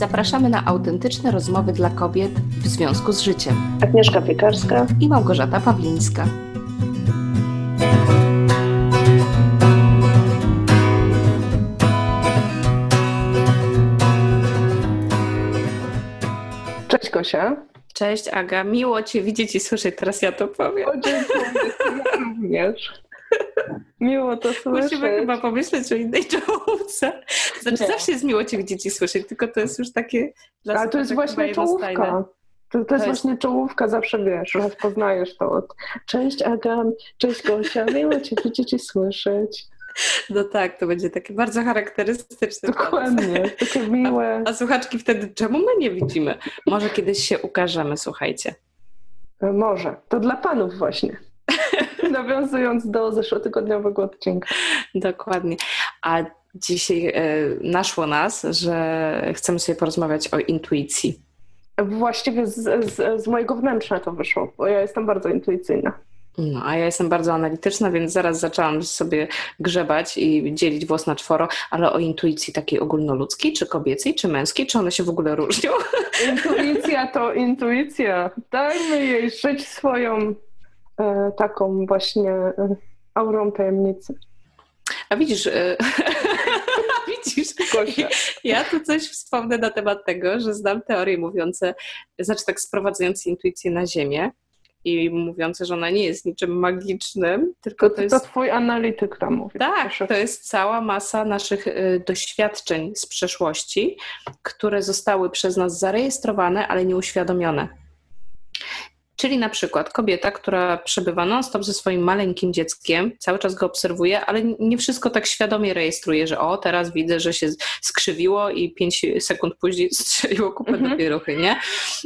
Zapraszamy na autentyczne rozmowy dla kobiet w związku z życiem. Agnieszka Piekarska i Małgorzata Pawlińska. Cześć Gosia. Cześć Aga, miło Cię widzieć i słyszeć, teraz ja to powiem. O, dziękuję, ja również. Miło to słyszeć. Musimy chyba pomyśleć o innej czołówce. Znaczy zawsze jest miło Cię widzieć i słyszeć, tylko to jest już takie... Ale to jest właśnie czołówka. To jest właśnie czołówka, zawsze wiesz, rozpoznajesz to od cześć Aga, cześć Gosia, miło Cię widzieć i słyszeć. No tak, to będzie takie bardzo charakterystyczne. Dokładnie, takie miłe. A słuchaczki wtedy, czemu my nie widzimy? Może kiedyś się ukażemy, słuchajcie. Może, to dla panów właśnie. Nawiązując do zeszłotygodniowego odcinka. Dokładnie. A dzisiaj naszło nas, że chcemy sobie porozmawiać o intuicji. Właściwie z mojego wnętrza to wyszło, bo ja jestem bardzo intuicyjna. No, a ja jestem bardzo analityczna, więc zaraz zaczęłam sobie grzebać i dzielić włos na czworo, ale o intuicji takiej ogólnoludzkiej, czy kobiecej, czy męskiej, czy one się w ogóle różnią? Intuicja to intuicja. Dajmy jej żyć swoją taką właśnie aurą tajemnicy. A widzisz, Gosia. Ja tu coś wspomnę na temat tego, że znam teorie mówiące, znaczy tak sprowadzające intuicję na ziemię i mówiące, że ona nie jest niczym magicznym, tylko to jest... To twój analityk tam mówi. Tak, proszę. To jest cała masa naszych doświadczeń z przeszłości, które zostały przez nas zarejestrowane, ale nieuświadomione. Czyli na przykład kobieta, która przebywa non-stop ze swoim maleńkim dzieckiem, cały czas go obserwuje, ale nie wszystko tak świadomie rejestruje, że teraz widzę, że się skrzywiło i 5 sekund później strzeliło kupę do pieruchy, nie?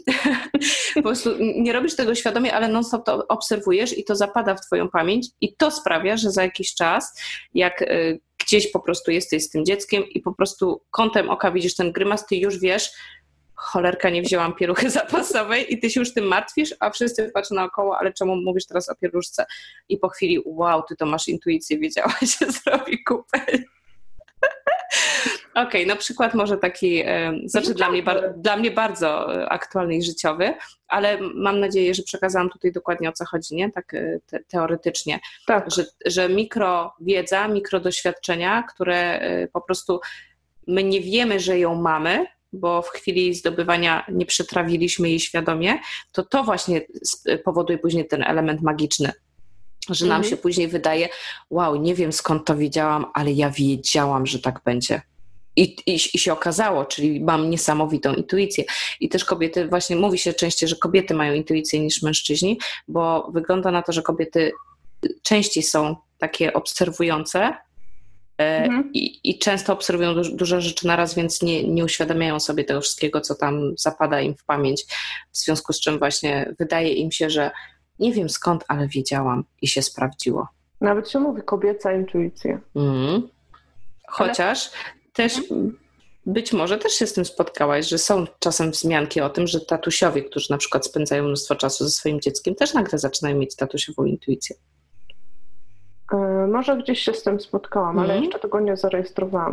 Po prostu nie robisz tego świadomie, ale non-stop to obserwujesz i to zapada w twoją pamięć i to sprawia, że za jakiś czas, jak gdzieś po prostu jesteś z tym dzieckiem i po prostu kątem oka widzisz ten grymas, ty już wiesz, cholerka, nie wzięłam pieluchy zapasowej i ty się już tym martwisz, a wszyscy patrzą naokoło, ale czemu mówisz teraz o pieluszce? I po chwili, wow, ty to masz intuicję, wiedziałaś, że zrobi kupę. Okej, na przykład może taki, znaczy dla mnie bardzo aktualny i życiowy, ale mam nadzieję, że przekazałam tutaj dokładnie o co chodzi, nie? Tak teoretycznie. Tak. Że mikrowiedza, mikrodoświadczenia, które po prostu my nie wiemy, że ją mamy, bo w chwili zdobywania nie przetrawiliśmy jej świadomie, to właśnie powoduje później ten element magiczny, że nam się później wydaje, wow, nie wiem skąd to wiedziałam, ale ja wiedziałam, że tak będzie. I się okazało, czyli mam niesamowitą intuicję. I też kobiety, właśnie mówi się częściej, że kobiety mają intuicję niż mężczyźni, bo wygląda na to, że kobiety częściej są takie obserwujące, I często obserwują dużo rzeczy naraz, więc nie uświadamiają sobie tego wszystkiego, co tam zapada im w pamięć, w związku z czym właśnie wydaje im się, że nie wiem skąd, ale wiedziałam i się sprawdziło. Nawet się mówi kobieca intuicja. Chociaż też być może też się z tym spotkałaś, że są czasem wzmianki o tym, że tatusiowie, którzy na przykład spędzają mnóstwo czasu ze swoim dzieckiem, też nagle zaczynają mieć tatusiową intuicję. Może gdzieś się z tym spotkałam, ale jeszcze tego nie zarejestrowałam.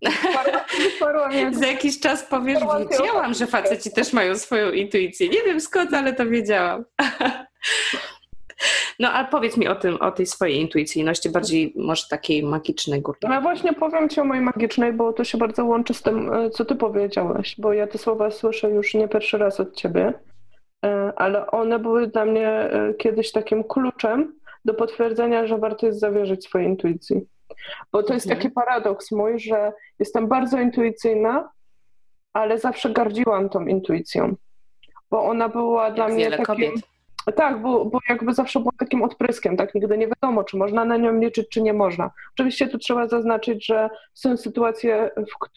Za jakiś czas powiesz, wiedziałam, że faceci też mają swoją intuicję. Nie wiem skąd, ale to wiedziałam. No a powiedz mi o tej swojej intuicyjności, bardziej może takiej magicznej górnej. No właśnie powiem Ci o mojej magicznej, bo to się bardzo łączy z tym, co Ty powiedziałaś, bo ja te słowa słyszę już nie pierwszy raz od Ciebie, ale one były dla mnie kiedyś takim kluczem do potwierdzenia, że warto jest zawierzyć swojej intuicji. Bo to jest taki paradoks mój, że jestem bardzo intuicyjna, ale zawsze gardziłam tą intuicją. Bo ona była dla mnie wiele takim... kobiet. Tak, bo jakby zawsze była takim odpryskiem, tak? Nigdy nie wiadomo, czy można na nią liczyć, czy nie można. Oczywiście tu trzeba zaznaczyć, że są sytuacje,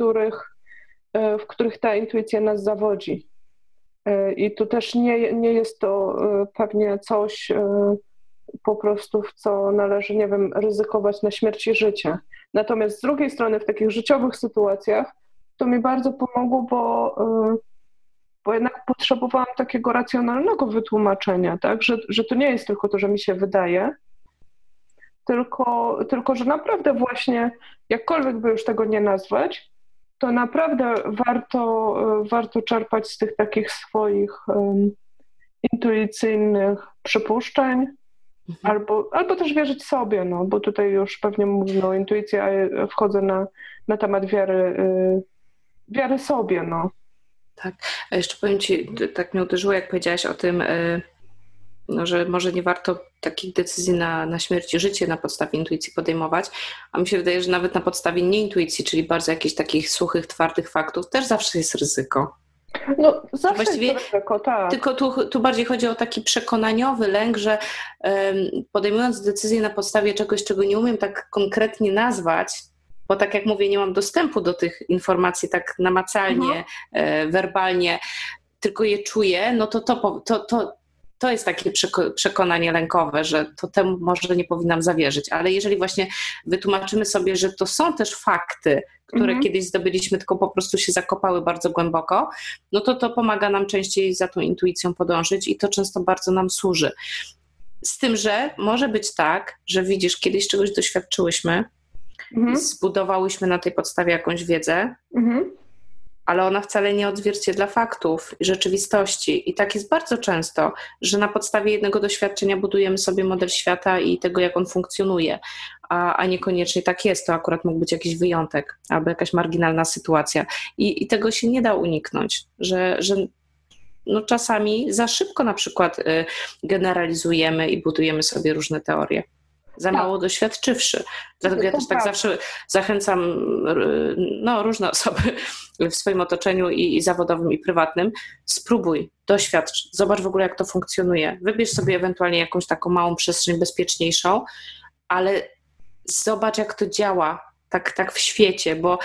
w których ta intuicja nas zawodzi. I tu też nie jest to pewnie coś po prostu, w co należy, nie wiem, ryzykować na śmierć i życie. Natomiast z drugiej strony w takich życiowych sytuacjach to mi bardzo pomogło, bo jednak potrzebowałam takiego racjonalnego wytłumaczenia, tak? Że to nie jest tylko to, że mi się wydaje, tylko że naprawdę właśnie, jakkolwiek by już tego nie nazwać, to naprawdę warto czerpać z tych takich swoich intuicyjnych przypuszczeń, albo też wierzyć sobie, no, bo tutaj już pewnie mówimy o intuicji, a ja wchodzę na temat wiary sobie, no. Tak, a jeszcze powiem Ci, tak mnie uderzyło, jak powiedziałaś o tym, no, że może nie warto takich decyzji na śmierć i życie na podstawie intuicji podejmować, a mi się wydaje, że nawet na podstawie nieintuicji, czyli bardzo jakichś takich suchych, twardych faktów, też zawsze jest ryzyko. No zawsze właściwie jest ryzyko, tak. Tylko tu bardziej chodzi o taki przekonaniowy lęk, że podejmując decyzję na podstawie czegoś, czego nie umiem tak konkretnie nazwać, bo tak jak mówię, nie mam dostępu do tych informacji tak namacalnie, werbalnie, tylko je czuję, no to jest takie przekonanie lękowe, że to temu może nie powinnam zawierzyć. Ale jeżeli właśnie wytłumaczymy sobie, że to są też fakty, które kiedyś zdobyliśmy, tylko po prostu się zakopały bardzo głęboko, no to pomaga nam częściej za tą intuicją podążyć i to często bardzo nam służy. Z tym, że może być tak, że widzisz, kiedyś czegoś doświadczyłyśmy, zbudowałyśmy na tej podstawie jakąś wiedzę, ale ona wcale nie odzwierciedla faktów i rzeczywistości. I tak jest bardzo często, że na podstawie jednego doświadczenia budujemy sobie model świata i tego, jak on funkcjonuje, a niekoniecznie tak jest. To akurat mógł być jakiś wyjątek albo jakaś marginalna sytuacja. I tego się nie da uniknąć, że no czasami za szybko na przykład generalizujemy i budujemy sobie różne teorie. Za mało doświadczywszy. Dlatego ja też tak zawsze zachęcam różne osoby w swoim otoczeniu i zawodowym, i prywatnym. Spróbuj, doświadcz, zobacz w ogóle, jak to funkcjonuje. Wybierz sobie ewentualnie jakąś taką małą przestrzeń bezpieczniejszą, ale zobacz, jak to działa tak w świecie, bo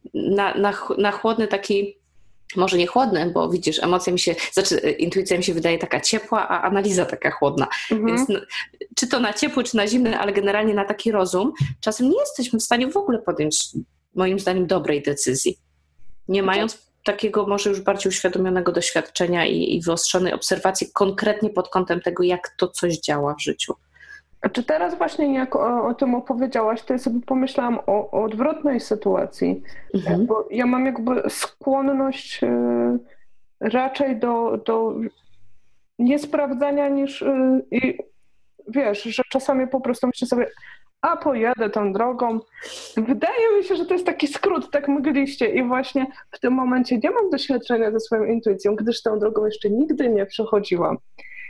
na chłodny taki, może nie chłodny, bo widzisz, intuicja mi się wydaje taka ciepła, a analiza taka chłodna. Więc czy to na ciepły, czy na zimny, ale generalnie na taki rozum, czasem nie jesteśmy w stanie w ogóle podjąć, moim zdaniem, dobrej decyzji. Nie mając takiego może już bardziej uświadomionego doświadczenia i wyostrzonej obserwacji konkretnie pod kątem tego, jak to coś działa w życiu. Czy teraz właśnie jak o tym opowiedziałaś, to ja sobie pomyślałam o odwrotnej sytuacji, bo ja mam jakby skłonność raczej do niesprawdzania niż i wiesz, że czasami po prostu myślę sobie, pojadę tą drogą. Wydaje mi się, że to jest taki skrót, tak mgliście i właśnie w tym momencie nie mam doświadczenia ze swoją intuicją, gdyż tą drogą jeszcze nigdy nie przechodziłam.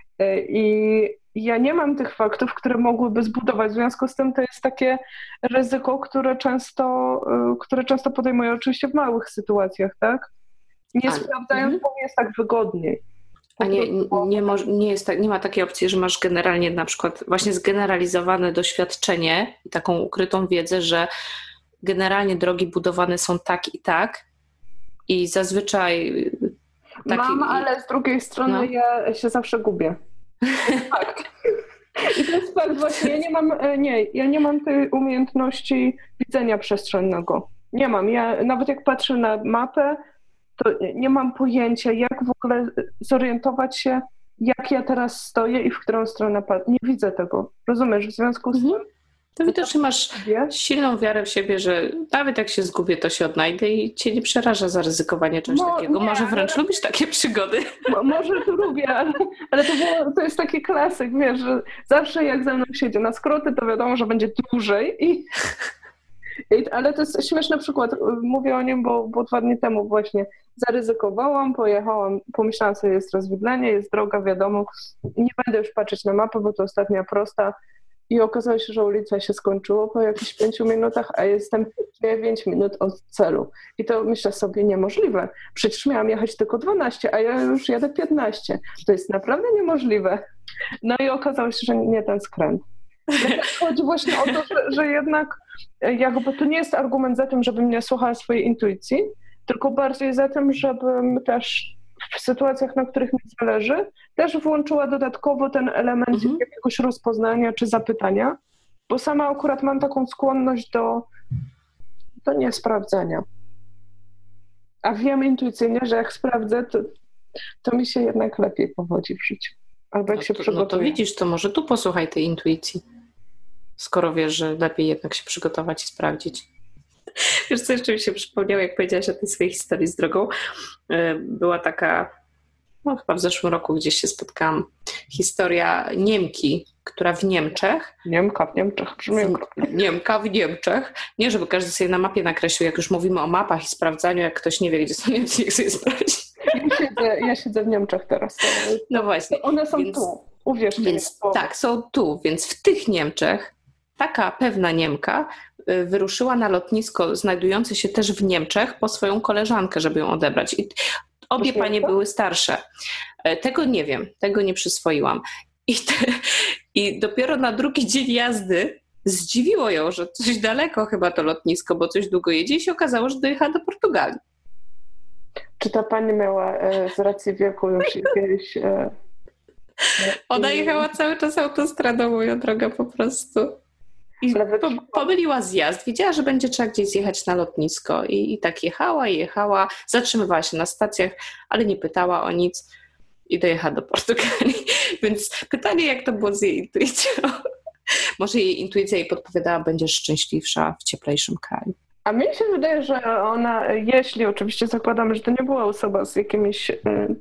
I ja nie mam tych faktów, które mogłyby zbudować. W związku z tym to jest takie ryzyko, które często podejmuję oczywiście w małych sytuacjach, tak? Nie sprawdzając, bo jest tak wygodniej. A nie ma takiej opcji, że masz generalnie na przykład właśnie zgeneralizowane doświadczenie i taką ukrytą wiedzę, że generalnie drogi budowane są tak i tak i zazwyczaj... Mam, ale z drugiej strony ja się zawsze gubię. Tak. I to jest fakt właśnie, ja nie mam tej umiejętności widzenia przestrzennego. Nie mam. Ja nawet jak patrzę na mapę, to nie mam pojęcia, jak w ogóle zorientować się, jak ja teraz stoję i w którą stronę patrzę. Nie widzę tego. Rozumiesz? W związku z tym... To widocznie masz silną wiarę w siebie, że nawet jak się zgubię, to się odnajdę i cię nie przeraża zaryzykowanie czegoś takiego. Może wręcz lubisz takie przygody? Może to lubię, ale to jest taki klasyk, wiesz, że zawsze jak ze mną siedzi na skróty, to wiadomo, że będzie dłużej. Ale to jest śmieszny przykład. Mówię o nim, bo 2 dni temu właśnie zaryzykowałam, pojechałam, pomyślałam sobie, jest rozwydlenie, jest droga, wiadomo, nie będę już patrzeć na mapę, bo to ostatnia prosta. I okazało się, że ulica się skończyła po jakichś 5 minutach, a jestem 9 minut od celu. I to myślę sobie, niemożliwe. Przecież miałam jechać tylko 12, a ja już jadę 15. To jest naprawdę niemożliwe. No i okazało się, że nie ten skręt. Chodzi właśnie o to, że jednak jakby to nie jest argument za tym, żebym nie słuchała swojej intuicji, tylko bardziej za tym, żebym też w sytuacjach, na których mi zależy, też włączyła dodatkowo ten element jakiegoś rozpoznania czy zapytania, bo sama akurat mam taką skłonność do niesprawdzania. A wiem intuicyjnie, że jak sprawdzę, to mi się jednak lepiej powodzi w życiu. Albo jak się przygotuję. No to widzisz, to może tu posłuchaj tej intuicji, skoro wiesz, że lepiej jednak się przygotować i sprawdzić. Wiesz co, jeszcze mi się przypomniało, jak powiedziałaś o tej swojej historii z drogą. Była taka, chyba w zeszłym roku gdzieś się spotkałam, historia Niemki, która w Niemczech... Niemka w Niemczech, brzmi Niemka w Niemczech. Nie, żeby każdy sobie na mapie nakreślił, jak już mówimy o mapach i sprawdzaniu, jak ktoś nie wie, gdzie są Niemcy, niech sobie sprawdzi. Ja siedzę w Niemczech teraz. No właśnie. One są tu, uwierzcie mi. Tak, są tu, więc w tych Niemczech taka pewna Niemka wyruszyła na lotnisko znajdujące się też w Niemczech po swoją koleżankę, żeby ją odebrać. I obie panie były starsze. Tego nie wiem, tego nie przyswoiłam. I dopiero na drugi dzień jazdy zdziwiło ją, że coś daleko chyba to lotnisko, bo coś długo jedzie i się okazało, że dojechała do Portugalii. Czy ta pani miała z racji wieku już jakieś... Ona jechała cały czas autostradą, moją drogę po prostu. I pomyliła zjazd. Wiedziała, że będzie trzeba gdzieś zjechać na lotnisko. I tak jechała, zatrzymywała się na stacjach, ale nie pytała o nic i dojechała do Portugalii. Więc pytanie, jak to było z jej intuicją? Może jej intuicja jej podpowiadała, będziesz szczęśliwsza w cieplejszym kraju. A mi się wydaje, że ona, jeśli oczywiście zakładamy, że to nie była osoba z jakimiś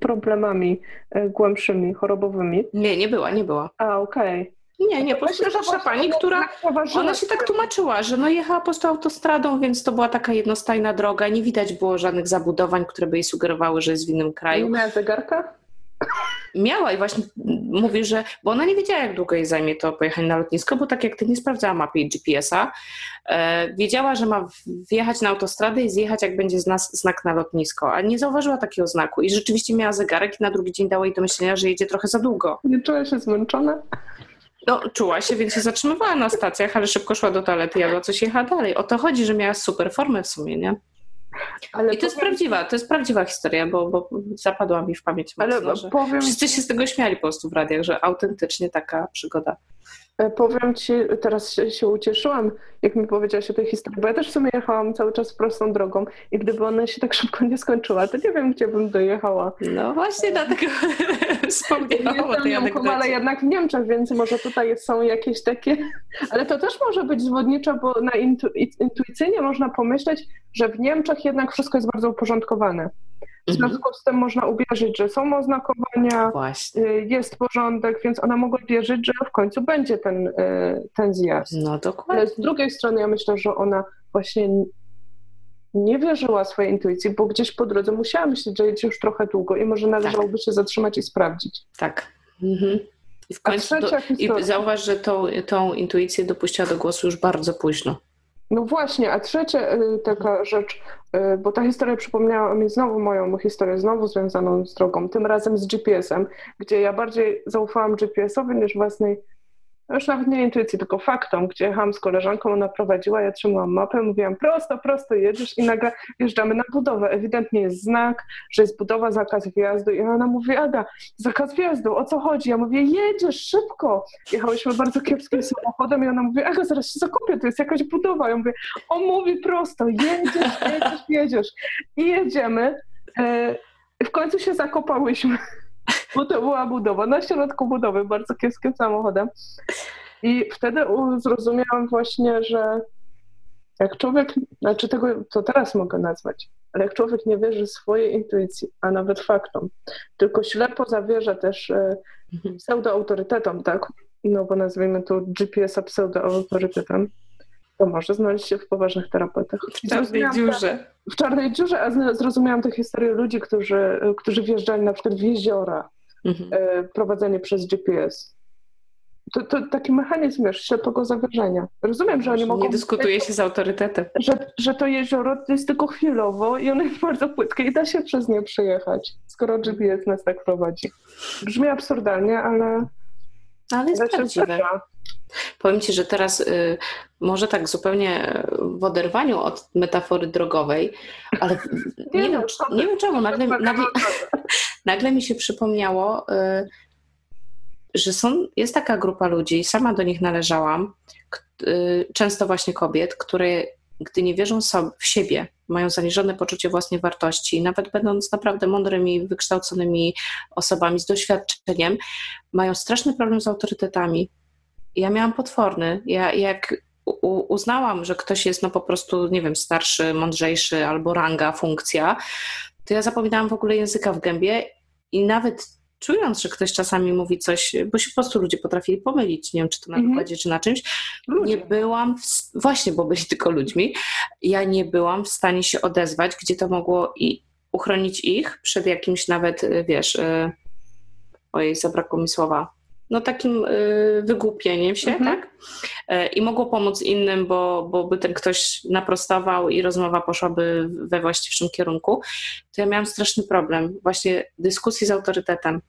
problemami głębszymi, chorobowymi. Nie była. A, okej. Nie, po prostu starsza pani, która, ona się tak tłumaczyła, że jechała po prostu autostradą, więc to była taka jednostajna droga, nie widać było żadnych zabudowań, które by jej sugerowały, że jest w innym kraju. Nie miała zegarka? Miała i właśnie mówi, że, bo ona nie wiedziała, jak długo jej zajmie to pojechanie na lotnisko, bo tak jak ty nie sprawdzała mapy i GPS-a, wiedziała, że ma wjechać na autostradę i zjechać, jak będzie znak na lotnisko, ale nie zauważyła takiego znaku i rzeczywiście miała zegarek i na drugi dzień dało jej do myślenia, że jedzie trochę za długo. Nie czuła się zmęczona? No, czuła się, więc się zatrzymywała na stacjach, ale szybko szła do toalety, jadła coś i jechała dalej. O to chodzi, że miała super formę w sumie, nie? Ale i to jest prawdziwa historia, bo zapadła mi w pamięć mocno, że wszyscy się z tego śmiali po prostu w radiach, że autentycznie taka przygoda. Powiem ci, teraz się ucieszyłam, jak mi powiedziałaś o tej historii, bo ja też w sumie jechałam cały czas prostą drogą i gdyby ona się tak szybko nie skończyła, to nie wiem, gdzie bym dojechała. No właśnie dlatego wspomniałam o tej anegdocie. Ale jednak w Niemczech, więc może tutaj są jakieś takie... Ale to też może być zwodnicze, bo intuicyjnie można pomyśleć, że w Niemczech jednak wszystko jest bardzo uporządkowane. W związku z tym można uwierzyć, że są oznakowania, jest porządek, więc ona mogła wierzyć, że w końcu będzie ten zjazd. No dokładnie. Ale z drugiej strony ja myślę, że ona właśnie nie wierzyła swojej intuicji, bo gdzieś po drodze musiała myśleć, że jedzie już trochę długo i może należałoby się zatrzymać i sprawdzić. Tak. I w końcu i zauważ, że tą intuicję dopuściła do głosu już bardzo późno. No właśnie, a trzecia taka rzecz, bo ta historia przypomniała mi znowu moją historię, znowu związaną z drogą, tym razem z GPS-em, gdzie ja bardziej zaufałam GPS-owi niż własnej, już nawet nie intuicji, tylko faktom, gdzie jechałam z koleżanką, ona prowadziła, ja trzymałam mapę, mówiłam prosto jedziesz i nagle wjeżdżamy na budowę. Ewidentnie jest znak, że jest budowa, zakaz wjazdu i ona mówi, Aga, zakaz wjazdu, o co chodzi? Ja mówię, jedziesz szybko. Jechałyśmy bardzo kiepskim samochodem i ona mówi, Aga, zaraz się zakupię, to jest jakaś budowa. Ja mówię, on mówi prosto, jedziesz. I jedziemy. W końcu się zakopałyśmy. Bo to była budowa, na środku budowy, bardzo kiepskim samochodem. I wtedy zrozumiałam właśnie, że jak człowiek, znaczy tego to teraz mogę nazwać, ale jak człowiek nie wierzy swojej intuicji, a nawet faktom, tylko ślepo zawierza też pseudoautorytetom, tak? No bo nazwijmy to GPS-a pseudoautorytetem, to może znaleźć się w poważnych terapeutach. W czarnej dziurze. W czarnej dziurze, a zrozumiałam tę historię ludzi, którzy wjeżdżali na przykład w jeziora, prowadzenie przez GPS. To taki mechanizm, wiesz, ślepego zawierzenia. Rozumiem, że oni mogą... Nie dyskutuje się z autorytetem. Że to jezioro to jest tylko chwilowo i ono jest bardzo płytkie i da się przez nie przejechać, skoro GPS nas tak prowadzi. Brzmi absurdalnie, ale jest prawdziwe. Powiem ci, że teraz może tak zupełnie w oderwaniu od metafory drogowej, ale nie wiem czemu, nagle mi się przypomniało, że jest taka grupa ludzi, sama do nich należałam, często właśnie kobiet, które gdy nie wierzą w siebie, mają zaniżone poczucie własnej wartości, nawet będąc naprawdę mądrymi, wykształconymi osobami z doświadczeniem, mają straszny problem z autorytetami. Ja miałam potworny. Jak uznałam, że ktoś jest no po prostu, nie wiem, starszy, mądrzejszy albo ranga, funkcja, to ja zapominałam w ogóle języka w gębie i nawet czując, że ktoś czasami mówi coś, bo się po prostu ludzie potrafili pomylić, nie wiem, czy to na wykładzie, czy na czymś, nie byłam, właśnie, bo byli tylko ludźmi, ja nie byłam w stanie się odezwać, gdzie to mogło i uchronić ich przed jakimś nawet, wiesz, ojej, zabrakło mi słowa, no takim wygłupieniem się, tak? I mogło pomóc innym, bo by ten ktoś naprostował i rozmowa poszłaby we właściwym kierunku, to ja miałam straszny problem właśnie dyskusji z autorytetem.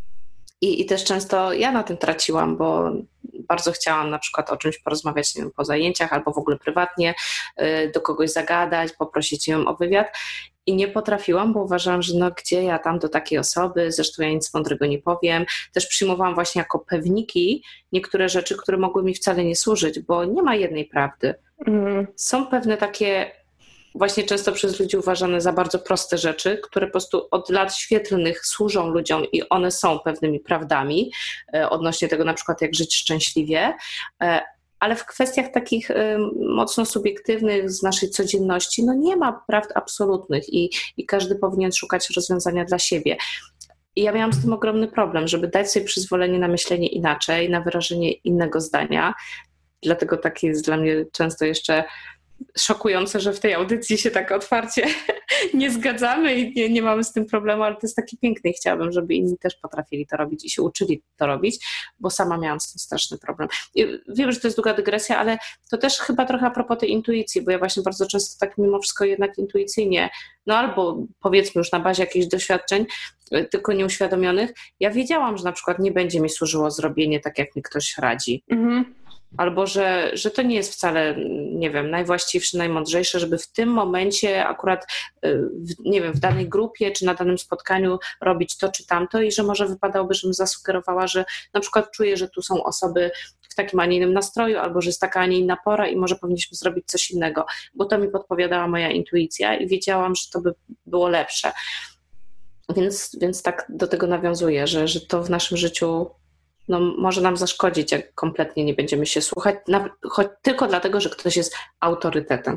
I też często ja na tym traciłam, bo bardzo chciałam na przykład o czymś porozmawiać, nie wiem, po zajęciach albo w ogóle prywatnie, do kogoś zagadać, poprosić ją o wywiad. I nie potrafiłam, bo uważałam, że no gdzie ja tam do takiej osoby, zresztą ja nic mądrego nie powiem. Też przyjmowałam właśnie jako pewniki niektóre rzeczy, które mogły mi wcale nie służyć, bo nie ma jednej prawdy. Są pewne takie właśnie często przez ludzi uważane za bardzo proste rzeczy, które po prostu od lat świetlnych służą ludziom i one są pewnymi prawdami odnośnie tego na przykład jak żyć szczęśliwie, ale w kwestiach takich mocno subiektywnych z naszej codzienności, no nie ma prawd absolutnych i każdy powinien szukać rozwiązania dla siebie. I ja miałam z tym ogromny problem, żeby dać sobie przyzwolenie na myślenie inaczej, na wyrażenie innego zdania. Dlatego takie jest dla mnie często jeszcze szokujące, że w tej audycji się tak otwarcie nie zgadzamy i nie mamy z tym problemu, ale to jest takie piękne i chciałabym, żeby inni też potrafili to robić i się uczyli to robić, bo sama miałam z tym straszny problem. I wiem, że to jest długa dygresja, ale to też chyba trochę a propos tej intuicji, bo ja właśnie bardzo często tak mimo wszystko jednak intuicyjnie, no albo powiedzmy już na bazie jakichś doświadczeń, tylko nieuświadomionych, ja wiedziałam, że na przykład nie będzie mi służyło zrobienie tak, jak mi ktoś radzi. Albo że to nie jest wcale, nie wiem, najwłaściwsze, najmądrzejsze, żeby w tym momencie akurat, nie wiem, w danej grupie czy na danym spotkaniu robić to czy tamto i że może wypadałoby, żebym zasugerowała, że na przykład czuję, że tu są osoby w takim, a nie innym nastroju, albo że jest taka, a nie inna pora i może powinniśmy zrobić coś innego, bo to mi podpowiadała moja intuicja i wiedziałam, że to by było lepsze. Więc tak do tego nawiązuję, że to w naszym życiu no, może nam zaszkodzić, jak kompletnie nie będziemy się słuchać, choć tylko dlatego, że ktoś jest autorytetem.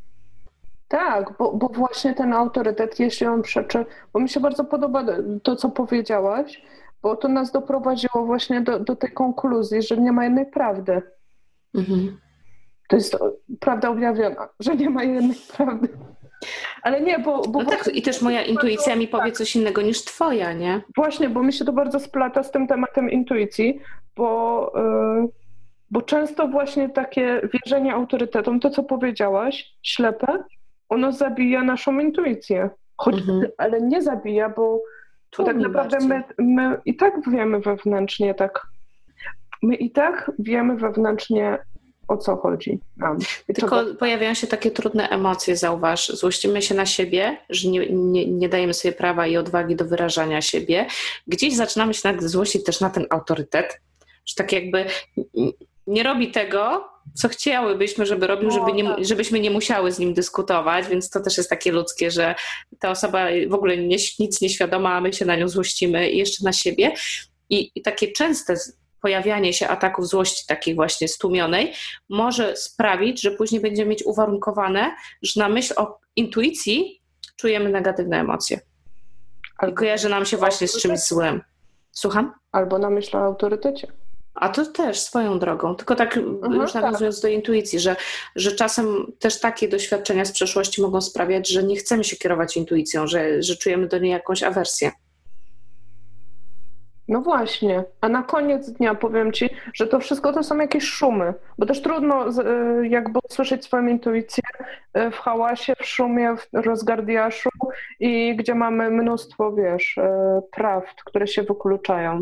Tak, bo właśnie ten autorytet, jeśli on przeczy, bo mi się bardzo podoba to, co powiedziałaś, bo to nas doprowadziło właśnie do tej konkluzji, że nie ma jednej prawdy. To jest prawda objawiona, że nie ma jednej prawdy. Ale nie, bo no tak, i też moja intuicja mi powie coś innego niż twoja, nie? Właśnie, bo mi się to bardzo splata z tym tematem intuicji, bo często właśnie takie wierzenie autorytetom, to co powiedziałaś, ślepe, ono zabija naszą intuicję. Ale nie zabija, bo tak naprawdę my i tak wiemy wewnętrznie, my i tak wiemy wewnętrznie, o co chodzi nam. Tylko pojawiają się takie trudne emocje, zauważ. Złościmy się na siebie, że nie dajemy sobie prawa i odwagi do wyrażania siebie. Gdzieś zaczynamy się nawet złościć też na ten autorytet, że tak jakby nie robi tego, co chciałybyśmy, żeby robił, żebyśmy nie musiały z nim dyskutować, więc to też jest takie ludzkie, że ta osoba w ogóle nic nieświadoma, a my się na nią złościmy i jeszcze na siebie. I takie częste pojawianie się ataków złości takiej właśnie stłumionej może sprawić, że później będziemy mieć uwarunkowane, że na myśl o intuicji czujemy negatywne emocje. I kojarzy nam się właśnie z czymś złym. Słucham? Albo na myśl o autorytecie. A to też swoją drogą, tylko tak już nawiązując do intuicji, że czasem też takie doświadczenia z przeszłości mogą sprawiać, że nie chcemy się kierować intuicją, że czujemy do niej jakąś awersję. No właśnie, a na koniec dnia powiem Ci, że to wszystko to są jakieś szumy, bo też trudno jakby usłyszeć swoją intuicję w hałasie, w szumie, w rozgardiaszu i gdzie mamy mnóstwo, prawd, które się wykluczają.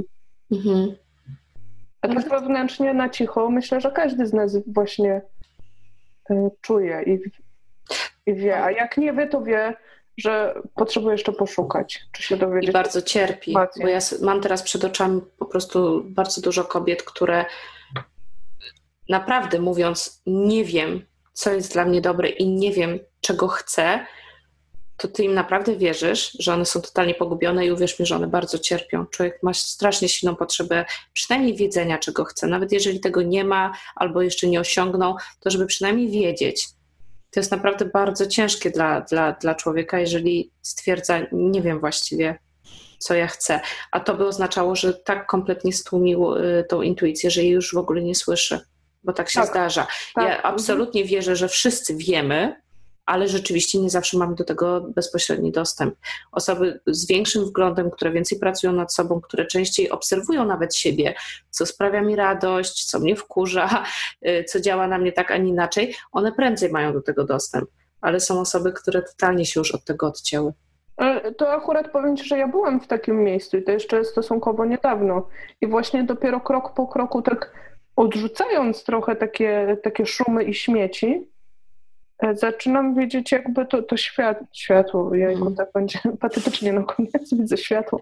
A tak wewnętrznie na cicho myślę, że każdy z nas właśnie czuje i wie, a jak nie wie, to wie, że potrzebuje jeszcze poszukać, czy się dowiedzieć. I bardzo cierpi, bo ja mam teraz przed oczami po prostu bardzo dużo kobiet, które naprawdę mówiąc, nie wiem, co jest dla mnie dobre i nie wiem, czego chcę, to ty im naprawdę wierzysz, że one są totalnie pogubione i uwierz mi, że one bardzo cierpią. Człowiek ma strasznie silną potrzebę przynajmniej wiedzenia, czego chce. Nawet jeżeli tego nie ma albo jeszcze nie osiągnął, to żeby przynajmniej wiedzieć. To jest naprawdę bardzo ciężkie dla człowieka, jeżeli stwierdza, nie wiem właściwie, co ja chcę. A to by oznaczało, że tak kompletnie stłumił tą intuicję, że jej już w ogóle nie słyszy, bo tak się zdarza. Tak. Ja absolutnie wierzę, że wszyscy wiemy, ale rzeczywiście nie zawsze mamy do tego bezpośredni dostęp. Osoby z większym wglądem, które więcej pracują nad sobą, które częściej obserwują nawet siebie, co sprawia mi radość, co mnie wkurza, co działa na mnie tak, a nie inaczej, one prędzej mają do tego dostęp. Ale są osoby, które totalnie się już od tego odcięły. To akurat powiem Ci, że ja byłam w takim miejscu i to jeszcze stosunkowo niedawno. I właśnie dopiero krok po kroku, tak odrzucając trochę takie szumy i śmieci, zaczynam widzieć jakby to światło, jajku, tak będzie patetycznie na koniec, widzę światło,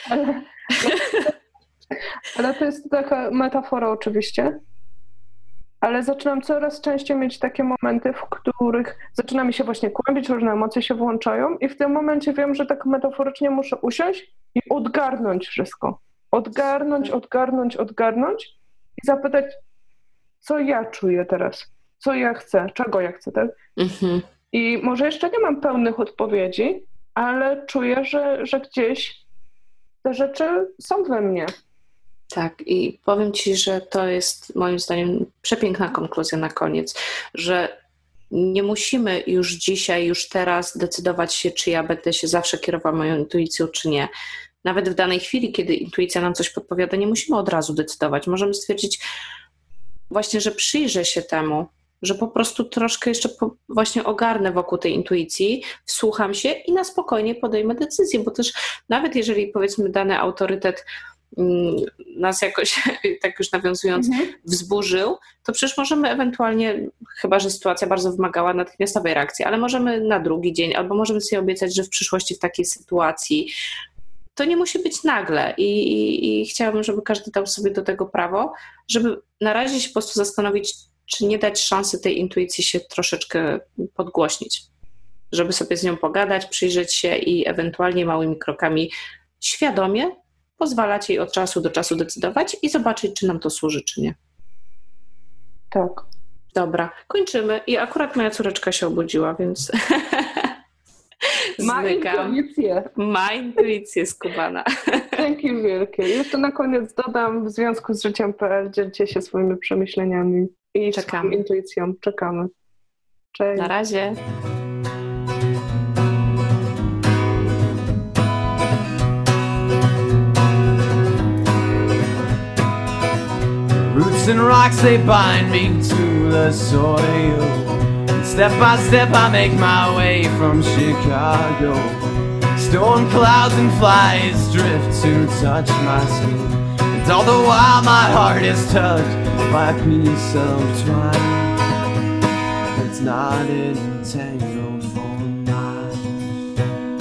ale to jest taka metafora oczywiście, ale zaczynam coraz częściej mieć takie momenty, w których zaczyna mi się właśnie kłębić, różne emocje się włączają i w tym momencie wiem, że tak metaforycznie muszę usiąść i odgarnąć wszystko. Odgarnąć i zapytać, co ja czuję teraz. Co ja chcę, czego ja chcę, tak? Mhm. I może jeszcze nie mam pełnych odpowiedzi, ale czuję, że gdzieś te rzeczy są we mnie. Tak, i powiem Ci, że to jest moim zdaniem przepiękna konkluzja na koniec, że nie musimy już dzisiaj, już teraz decydować się, czy ja będę się zawsze kierowała moją intuicją, czy nie. Nawet w danej chwili, kiedy intuicja nam coś podpowiada, nie musimy od razu decydować. Możemy stwierdzić właśnie, że przyjrzę się temu, że po prostu troszkę jeszcze właśnie ogarnę wokół tej intuicji, wsłucham się i na spokojnie podejmę decyzję, bo też nawet jeżeli powiedzmy dany autorytet nas jakoś, tak już nawiązując, wzburzył, to przecież możemy ewentualnie, chyba że sytuacja bardzo wymagała natychmiastowej reakcji, ale możemy na drugi dzień, albo możemy sobie obiecać, że w przyszłości w takiej sytuacji to nie musi być nagle i chciałabym, żeby każdy dał sobie do tego prawo, żeby na razie się po prostu zastanowić, czy nie dać szansy tej intuicji się troszeczkę podgłośnić, żeby sobie z nią pogadać, przyjrzeć się i ewentualnie małymi krokami świadomie pozwalać jej od czasu do czasu decydować i zobaczyć, czy nam to służy, czy nie. Tak. Dobra, kończymy i akurat moja córeczka się obudziła, więc Ma intuicję skubana. Dzięki wielkie. Jeszcze na koniec dodam, w związku z życiem.pl dzielcie się swoimi przemyśleniami i swoją intuicją. Czekamy. Cześć. Na razie. Roots and rocks, they bind me to the soil. Step by step I make my way from Chicago. Storm clouds and flies drift to touch my skin. And all the while my heart is touched by a piece of twine. It's not entangled for mine.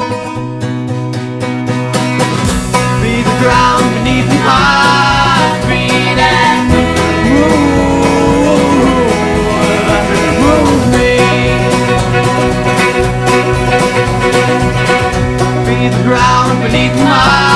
Be the ground beneath my feet and move me. Be the ground beneath my